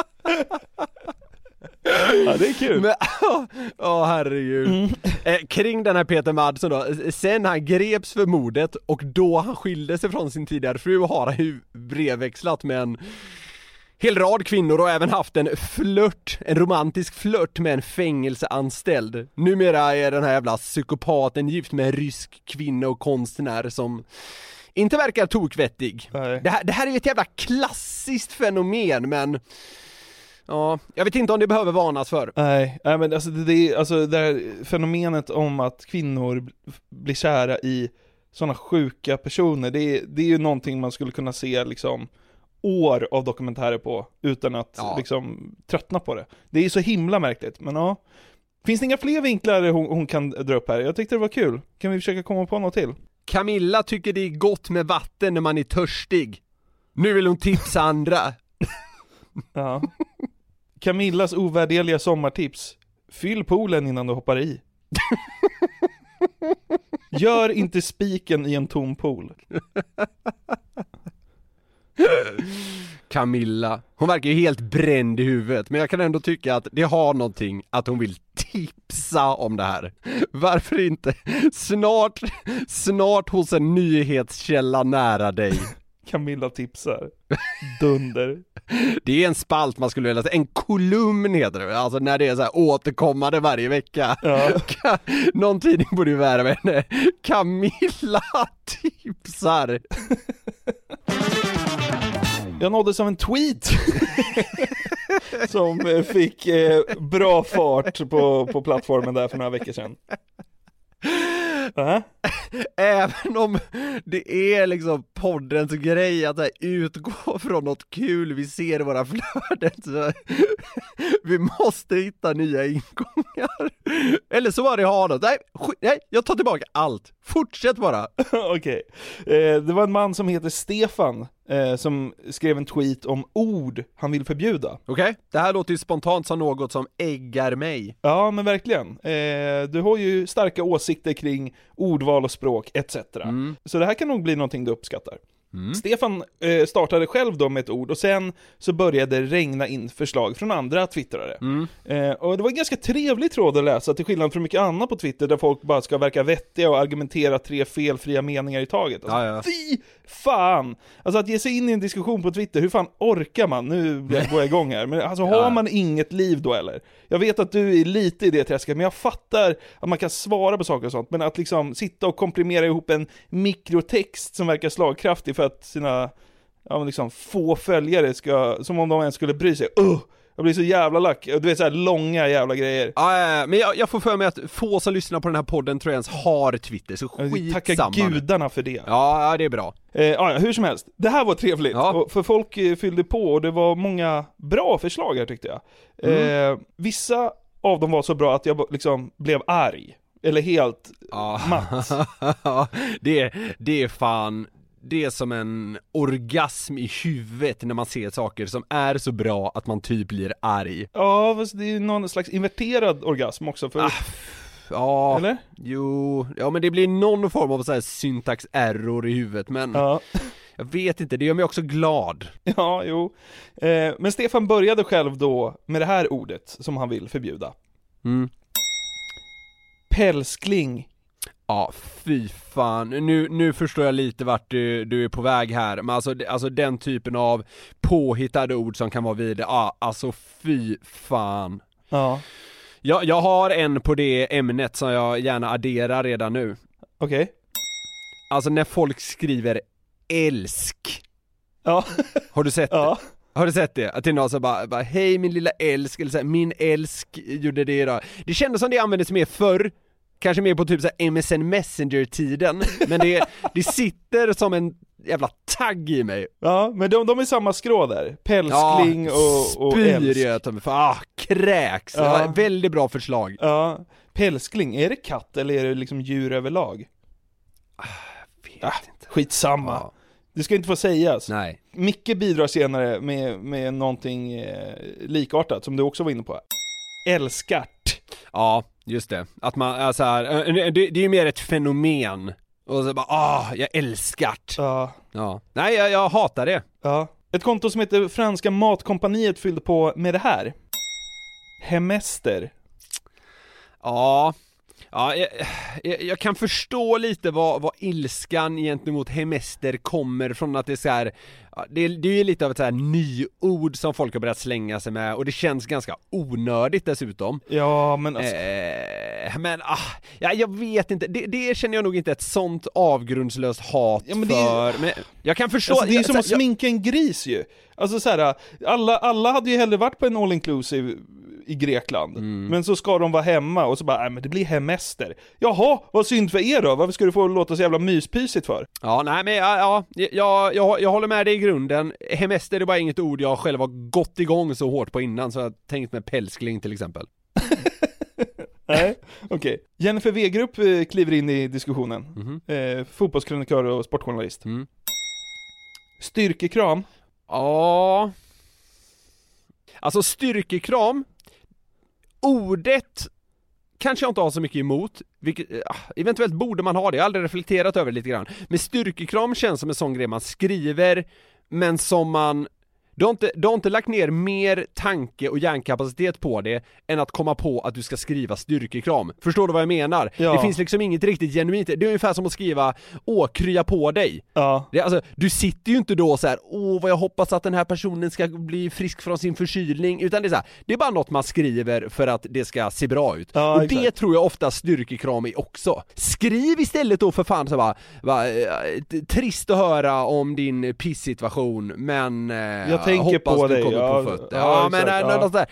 Ja, det är kul. Men, herregud. Kring den här Peter Madsen då, sen han greps för mordet och då han skilde sig från sin tidigare fru har han ju brevväxlat med en hel rad kvinnor och även haft en romantisk flört med en fängelseanställd. Numera är den här jävla psykopaten gift med en rysk kvinna och konstnär som inte verkar tokvettig. Det här är ju ett jävla klassiskt fenomen, men ja, jag vet inte om det behöver varnas för. Nej, men alltså det här fenomenet om att kvinnor blir kära i sådana sjuka personer, det är ju någonting man skulle kunna se liksom år av dokumentärer på utan att liksom tröttna på det. Det är ju så himla märkligt, men ja. Finns det inga fler vinklar hon kan dra upp här? Jag tyckte det var kul. Kan vi försöka komma på något till? Camilla tycker det är gott med vatten när man är törstig. Nu vill hon tipsa andra. Ja. Camillas ovärderliga sommartips. Fyll poolen innan du hoppar i. Gör inte spiken i en tom pool. Camilla, hon verkar ju helt bränd i huvudet, men jag kan ändå tycka att det har någonting att hon vill tipsa om det här. Varför inte? Snart hos en nyhetskälla nära dig. Camilla tipsar. Dunder. Det är en spalt man skulle vilja säga. En kolumn heter det. Alltså när det är så här återkommande varje vecka. Ja. Någon tidning borde ju vara med henne. Camilla tipsar. Jag nåddes av en tweet som fick bra fart på plattformen där för några veckor sedan. Även om det är liksom poddens grej att utgå från något kul vi ser i våra flöden, så vi måste hitta nya ingångar. Eller så var det Hanot. Nej, jag tar tillbaka allt. Fortsätt bara. Okej. Det var en man som heter Stefan som skrev en tweet om ord han vill förbjuda. Okej. Det här låter ju spontant som något som äggar mig. Ja, men verkligen. Du har ju starka åsikter kring ordval och språk etc. Så det här kan nog bli någonting du uppskattar. Stefan startade själv då med ett ord och sen så började det regna in förslag från andra twittrare. Och det var en ganska trevlig tråd att läsa, till skillnad från mycket annat på Twitter där folk bara ska verka vettiga och argumentera 3 felfria meningar i taget. Alltså, fy fan! Alltså att ge sig in i en diskussion på Twitter, hur fan orkar man? Nu går jag igång här. Men alltså har man inget liv då eller? Jag vet att du är lite i det träsket, men jag fattar att man kan svara på saker och sånt. Men att liksom sitta och komprimera ihop en mikrotext som verkar slagkraftig för att sina liksom få följare ska, som om de ens skulle bry sig. Jag blir så jävla lack. Du vet så här långa jävla grejer. Ja, men jag får för mig att få som lyssnar på den här podden tror jag ens har Twitter. Så skitsamma. Tacka gudarna för det. Ja, det är bra. Hur som helst. Det här var trevligt. Ja. För folk fyllde på och det var många bra förslag här tyckte jag. Vissa av dem var så bra att jag liksom blev arg. Eller helt matt. Det är fan... Det är som en orgasm i huvudet när man ser saker som är så bra att man typ blir arg. Ja, fast det är någon slags inverterad orgasm också för... Ja, eller? Jo, ja men det blir någon form av så här syntax error i huvudet, men Jag vet inte, det gör mig också glad. Ja, jo. Men Stefan började själv då med det här ordet som han vill förbjuda. Pälskling. Ja, fy fan. Nu förstår jag lite vart du är på väg här. Men alltså den typen av påhittade ord som kan vara vid. Ja, alltså fy fan. Ja. Jag har en på det ämnet som jag gärna adderar redan nu. Okej. Alltså när folk skriver älsk. Ja. Har du sett det? Ja. Har du sett det? Att det är någon som bara hej min lilla älsk, eller så här, min älsk gjorde det idag. Det kändes som det användes mer förr. Kanske mer på typ så här MSN Messenger-tiden. Men det sitter som en jävla tagg i mig. Ja, men de är samma skrå där. Pälskling och älsk. Kräks. Ja. Ja, väldigt bra förslag. Ja, pälskling, är det katt eller är det liksom djur överlag? Vet inte. Skitsamma. Ja. Det ska inte få sägas. Nej. Micke bidrar senare med någonting likartat som du också var inne på. Älskart. Ja, just det. Att man är så här, det är ju mer ett fenomen. Och så bara, jag älskar. Ja. Nej, jag hatar det. Ja. Ett konto som heter Franska Matkompaniet fyllde på med det här. Hemester. Ja, jag kan förstå lite vad ilskan gentemot hemester kommer från, att det är så här, det är ju lite av ett så här nyord som folk har börjat slänga sig med, och det känns ganska onödigt dessutom. Ja, men alltså... jag vet inte, det känner jag nog inte ett sånt avgrundslöst hat för. Men jag kan förstå... Alltså, det är som att sminka en gris ju. Alltså så här, alla hade ju hellre varit på en all-inclusive i Grekland. Men så ska de vara hemma och så bara, men det blir hemester. Jaha, vad synd för er då? Varför ska du få låta så jävla myspysigt för? Ja, nej men jag håller med dig i grunden. Hemester är bara inget ord jag själv har gått igång så hårt på innan, så jag har tänkt med pälskling till exempel. Nej, okej. Jennifer Wegerup kliver in i diskussionen. Fotbollskrönikör och sportjournalist. Styrkekram. Ja. Alltså styrkekram, ordet kanske jag inte har så mycket emot. Eventuellt borde man ha det, jag har aldrig reflekterat över det lite grann. Men styrkekram känns som en sån grej man skriver, men som man... Du har inte lagt ner mer tanke och hjärnkapacitet på det än att komma på att du ska skriva styrkekram. Förstår du vad jag menar? Ja. Det finns liksom inget riktigt genuint. Det är ungefär som att skriva krya på dig. Ja. Alltså, du sitter ju inte då så här, vad jag hoppas att den här personen ska bli frisk från sin förkylning, utan det är så här, det är bara något man skriver för att det ska se bra ut. Ja, och exakt. det tror jag ofta styrkekram är också. Skriv istället då för fan så trist att höra om din pisssituation, men jag tänker på dig. På fötter. Något där.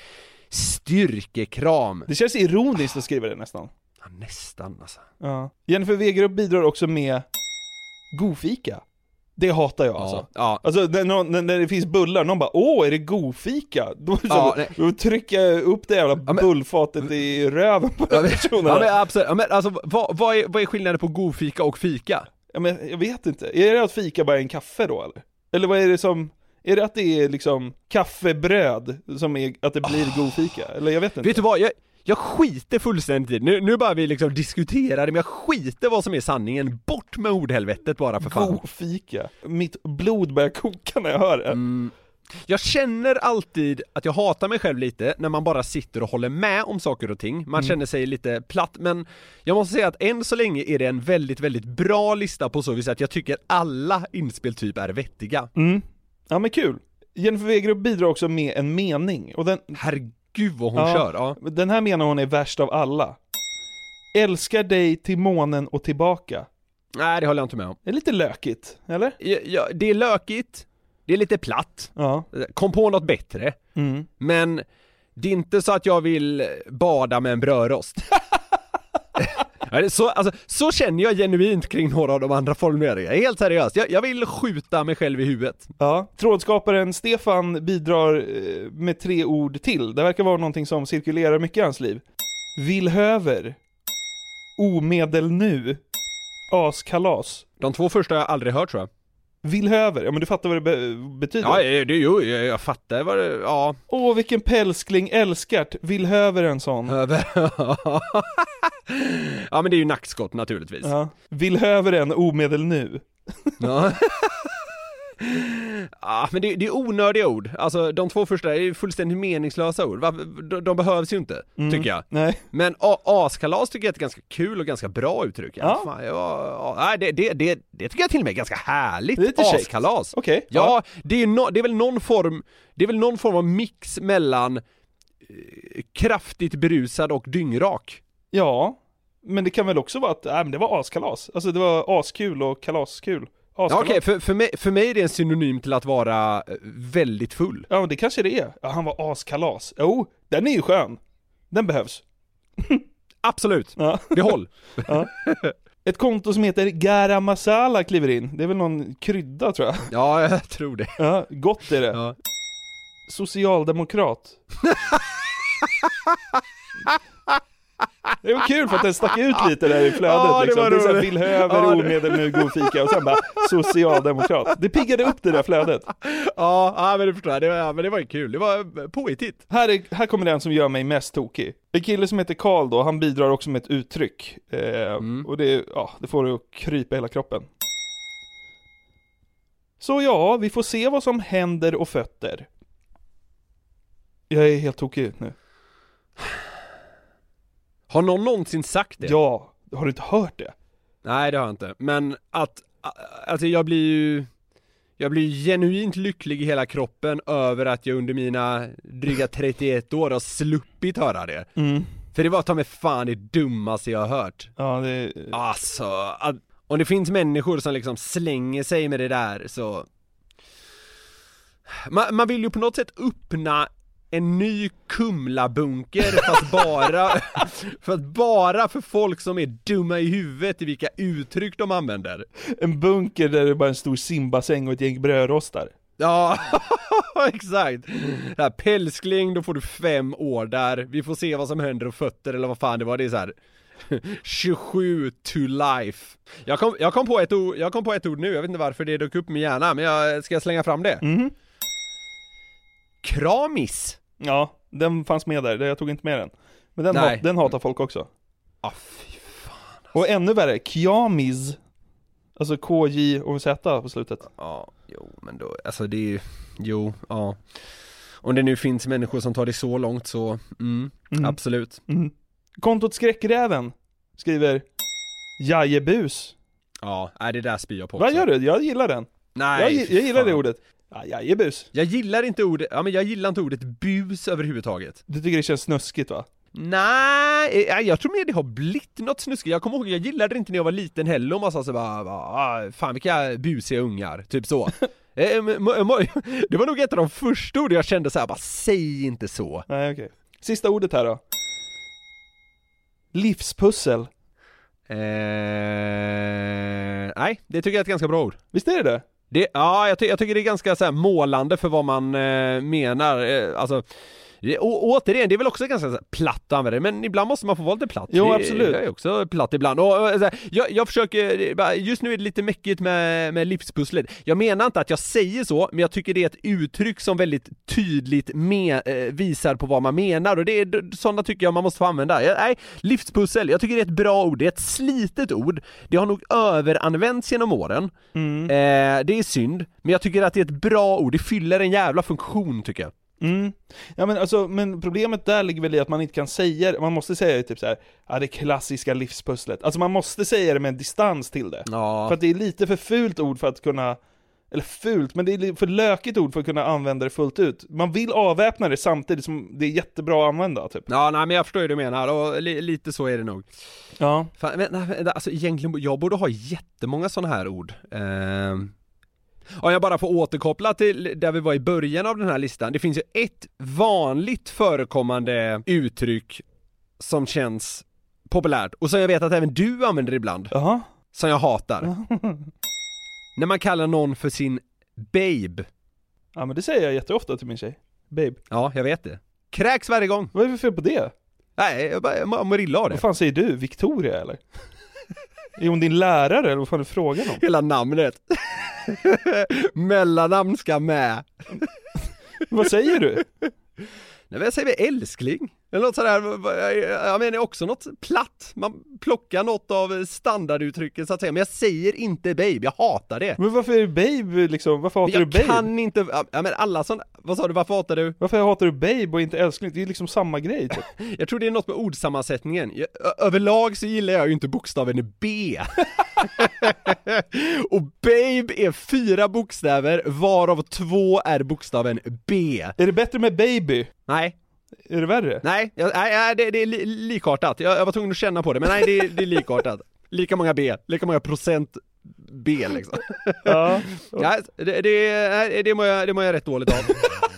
Styrkekram. Det känns ironiskt att skriva det nästan. Ja, nästan alltså. Ja. Jennifer Wegerup bidrar också med godfika. Det hatar jag alltså. Ja. Alltså när det finns bullar, någon bara, är det godfika? Då trycker jag upp det jävla bullfatet i röven på personen. Ja, men absolut. Ja, men alltså, vad är skillnaden på godfika och fika? Ja, men jag vet inte. Är det att fika bara är en kaffe då, eller? Eller vad är det som... Är det att det är liksom kaffebröd som är att det blir godfika? Eller jag vet inte. Vet du vad? Jag skiter fullständigt. Nu bara vi liksom diskuterar det, men jag skiter vad som är sanningen. Bort med ordhelvetet bara för fan. Godfika. Mitt blod börjar koka när jag hör det. Jag känner alltid att jag hatar mig själv lite när man bara sitter och håller med om saker och ting. Man känner sig lite platt, men jag måste säga att än så länge är det en väldigt, väldigt bra lista på så vis att jag tycker alla inspel typ är vettiga. Ja, men kul. Jennifer Wegerup bidrar också med en mening. Och den... Herregud vad hon kör. Ja. Den här menar hon är värst av alla. Älskar dig till månen och tillbaka. Nej, det håller jag inte med om. Det är lite lökigt, eller? Ja, det är lökigt. Det är lite platt. Ja. Kom på något bättre. Men det är inte så att jag vill bada med en brödrost. Så känner jag genuint kring några av de andra formuleringarna. Helt seriöst, jag vill skjuta mig själv i huvudet. Ja, trådskaparen Stefan bidrar med 3 ord till. Det verkar vara någonting som cirkulerar mycket i hans liv. Villhöver. Omedel nu. Askalas. De 2 första har jag aldrig hört, tror jag. Villhöver, ja men du fattar vad det betyder. Ja, jag fattar vad det, ja. Vilken pälskling, älskart. Villhöver en sån. Ja, men det är ju nackskott naturligtvis. Ja. Villhöver en omedel nu. Ja. Ja, men det är onödiga ord. Alltså de 2 första är fullständigt meningslösa ord. De behövs ju inte, tycker jag. Nej. Men askalas tycker jag är ett ganska kul och ganska bra uttryck. Ja. Fan, det tycker jag till och med är ganska härligt. Lite askalas. Okej. Ja, det är väl någon form av mix mellan kraftigt berusad och dyngrak. Ja, men det kan väl också vara att men det var askalas. Alltså det var askul och kalaskul. Ja, okej, för mig är det en synonym till att vara väldigt full. Ja, det kanske det är. Ja, han var askalas. Jo, den är ju skön. Den behövs. Absolut. Ja. Behåll. Ja. Ett konto som heter Garam Masala kliver in. Det är väl någon krydda, tror jag. Ja, jag tror det. Ja, gott är det. Ja. Socialdemokrat. Det var kul för att den stack ut lite där i flödet. Ja, det liksom. var Det är så här, roligt. vill höver, omedel nu, god fika. Och sen bara socialdemokrat. Det piggade upp det där flödet. Ja, men det förstår jag. Men det var ju kul. Det var poetigt. Här kommer den som gör mig mest tokig. En kille som heter Karl då, han bidrar också med ett uttryck. Och det får det att krypa hela kroppen. Så ja, vi får se vad som händer och fötter. Jag är helt tokig nu. Har någon någonsin sagt det? Ja, har du inte hört det? Nej, det har jag inte. Men alltså jag blir genuint lycklig i hela kroppen över att jag under mina dryga 31 år har sluppit höra det. För det var ta mig fan det dummaste jag har hört. Ja, det... Alltså, om det finns människor som liksom slänger sig med det där så... Man vill ju på något sätt öppna en ny Kumla-bunker fast bara för folk som är dumma i huvudet i vilka uttryck de använder. En bunker där det är bara en stor simbassäng och ett gäng brödrostar. Ja, exakt. Det här pälskling, då får du 5 år där. Vi får se vad som händer och fötter eller vad fan det var. Det är så här 27 to life. Jag kom på ett ord nu. Jag vet inte varför det dök upp med hjärna, men jag ska slänga fram det. Kramis. Ja, den fanns med där. Jag tog inte med den. Men den hatar folk också. Ah, fy fan. Och ännu värre, Kjamis. Alltså KJ och Z på slutet. Ja, jo, men då, alltså det är ju, jo, ja. Om det nu finns människor som tar det så långt så, absolut. Kontot Skräckräven skriver Jajebus. Ja, det där spyr jag på. Vad gör du? Jag gillar den. Nej, jag gillar det ordet. Ja, jajebus. Jag gillar inte ordet bus överhuvudtaget. Du tycker det känns snuskigt, va? Nej, jag tror mer det har blivit något snuskigt. Jag kommer ihåg, jag gillade det inte när jag var liten heller. Och man sa så bara, fan vilka busiga ungar, typ så. Det var nog ett av de första ord jag kände så här, bara säg inte så. Nej, okej. Sista ordet här då. Livspussel. Nej, det tycker jag är ett ganska bra ord. Visst är det? Jag tycker det är ganska så här målande för vad man menar. Alltså, återigen, det är väl också ganska så här platt att använda, men ibland måste man få vara lite platt. Jo, absolut. Jag är också platt ibland. Och, jag försöker, just nu är det lite mäckigt med livspusslet. Jag menar inte att jag säger så, men jag tycker det är ett uttryck som väldigt tydligt visar på vad man menar. Och det är sådana tycker jag man måste få använda. Nej, livspussel, jag tycker det är ett bra ord. Det är ett slitet ord. Det har nog överanvänts genom åren. Det är synd, men jag tycker att det är ett bra ord. Det fyller en jävla funktion, tycker jag. Ja, men problemet där ligger väl i att man inte kan säga det. Man måste säga det typ så här, det klassiska livspusslet. Alltså man måste säga det med en distans till det. Ja. För att det är lite för fult ord för att kunna, eller fult, men det är för lökigt ord för att kunna använda det fullt ut. Man vill avväpna det samtidigt som det är jättebra att använda typ. Ja, nej, men jag förstår ju det du menar och lite så är det nog. Ja. Fan, men, alltså egentligen, jag borde ha jättemånga sådana här ord. Om jag bara får återkoppla till där vi var i början av den här listan. Det finns ju ett vanligt förekommande uttryck som känns populärt och som jag vet att även du använder ibland. Jaha. Som jag hatar. När man kallar någon för sin babe. Ja, men det säger jag jätteofta till min tjej. Babe. Ja, jag vet det. Kräks varje gång. Vad är det för fel på det? Nej, jag mår illa av det. Vad fan säger du? Victoria eller? Är hon din lärare eller vad fan är frågan om? Hela namnet. Mellannamn ska med. Vad säger du? Nej, jag säger väl älskling. Eller något sådär, jag menar också något platt. Man plockar något av standarduttrycket så att säga. Men jag säger inte babe, jag hatar det. Men varför är det babe liksom? Varför hatar du babe? Jag kan inte, ja men alla sån, vad sa du, varför hatar du? Varför hatar du babe och inte älskling? Det är liksom samma grej typ. Jag tror det är något med ordsammansättningen. Överlag så gillar jag ju inte bokstaven B. Och babe är 4 bokstäver, varav 2 är bokstaven B. Är det bättre med baby? Nej. Är det värre? Nej, det är likartat. Jag var tvungen att känna på det, men nej, det är likartat. Lika många B, lika många procent B liksom. Ja. Ja, det mår jag rätt dåligt av.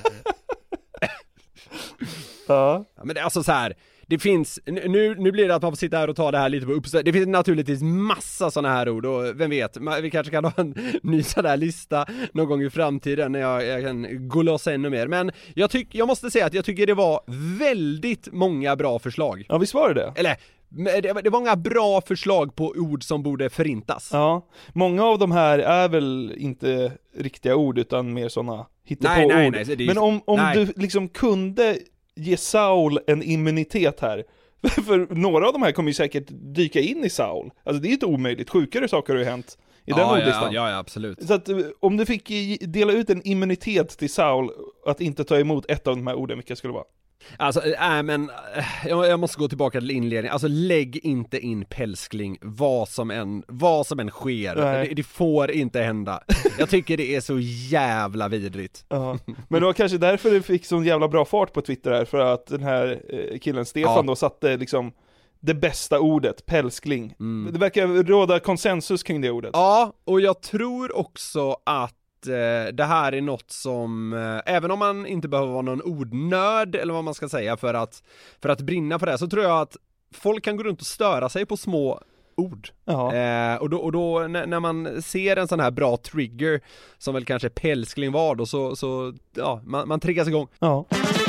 Ja. Men det är alltså så här. Det finns, nu blir det att man får sitta här och ta det här lite på uppstånd. Det finns naturligtvis massa sådana här ord och vem vet, vi kanske kan ha en ny sån här lista någon gång i framtiden när jag kan gå loss ännu mer. Men jag måste säga att jag tycker det var väldigt många bra förslag. Ja, visst var det? Eller, det var många bra förslag på ord som borde förintas. Ja, många av de här är väl inte riktiga ord utan mer sådana hittepå-ord. Nej, men om du liksom kunde ge Saul en immunitet här. För några av de här kommer ju säkert dyka in i Saul. Alltså det är inte omöjligt. Sjukare saker har ju hänt i den ordlistan. Ja, absolut. Så att om du fick dela ut en immunitet till Saul att inte ta emot ett av de här orden, vilka skulle det vara? Alltså, men jag måste gå tillbaka till inledningen. Alltså lägg inte in pälskling vad som än sker. Det får inte hända. Jag tycker det är så jävla vidrigt. Men det var kanske därför det fick sån jävla bra fart på Twitter här, för att den här killen Stefan då satte liksom det bästa ordet, pälskling. Det verkar råda konsensus kring det ordet. Ja, och jag tror också att det här är något som, även om man inte behöver vara någon ordnörd eller vad man ska säga för att brinna för det, så tror jag att folk kan gå runt och störa sig på små ord. Och då när man ser en sån här bra trigger som väl kanske pälskling var då, så ja, man triggas igång. Ja.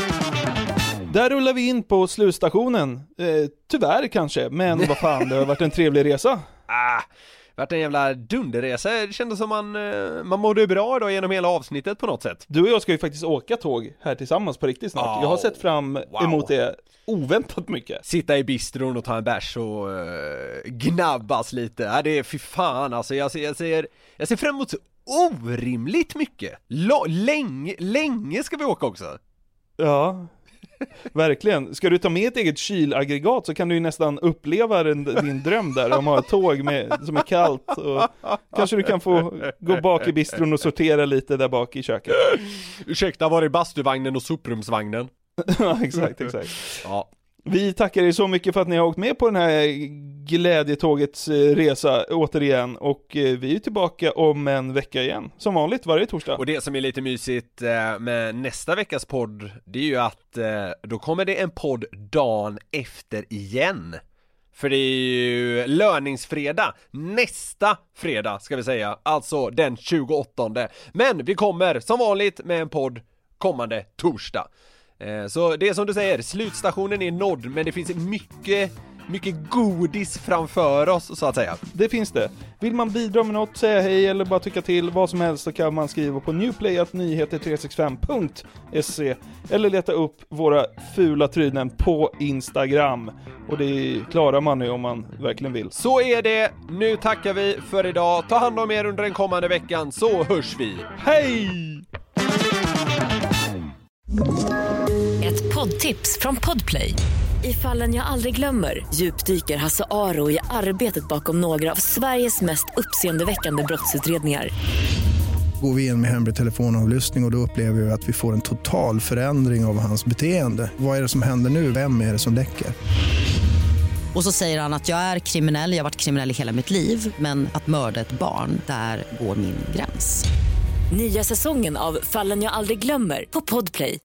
Där rullar vi in på slutstationen. Tyvärr kanske, men vad fan, det har varit en trevlig resa. Vart en jävla dunderresa. Det kändes som man mådde bra då genom hela avsnittet på något sätt. Du och jag ska ju faktiskt åka tåg här tillsammans på riktigt snart. Jag har sett fram emot det oväntat mycket. Sitta i bistron och ta en bärs och gnabbas lite. Det är fy fan alltså. Jag ser fram emot så orimligt mycket. Länge ska vi åka också. Ja. Verkligen. Ska du ta med ett eget kylaggregat så kan du ju nästan uppleva din dröm där. De har ett tåg som är kallt och kanske du kan få gå bak i bistron och sortera lite där bak i köket. Ursäkta, var är bastuvagnen och soprumsvagnen? Ja, exakt. Ja. Vi tackar er så mycket för att ni har åkt med på den här glädjetågets resa återigen, och vi är tillbaka om en vecka igen, som vanligt varje torsdag. Och det som är lite mysigt med nästa veckas podd, det är ju att då kommer det en podd dagen efter igen. För det är ju löningsfredag, nästa fredag ska vi säga, alltså den 28. Men vi kommer som vanligt med en podd kommande torsdag. Så det är som du säger, slutstationen är nådd, men det finns mycket godis framför oss så att säga. Det finns det. Vill man bidra med något, säga hej eller bara tycka till vad som helst, så kan man skriva på newplay@nyheter365.se eller leta upp våra fula trynen på Instagram. Och det klarar man ju om man verkligen vill. Så är det. Nu tackar vi för idag. Ta hand om er under den kommande veckan, så hörs vi. Hej! Ett poddtips från Podplay. I Fallen jag aldrig glömmer djupdyker Hasse Aro i arbetet bakom några av Sveriges mest uppseendeväckande brottsutredningar. Går vi in med hemlig telefonavlyssning och då upplever vi att vi får en total förändring av hans beteende. Vad är det som händer nu? Vem är det som läcker? Och så säger han att jag är kriminell, jag har varit kriminell i hela mitt liv, men att mörda ett barn, där går min gräns. Nya säsongen av Fallen jag aldrig glömmer på Podplay.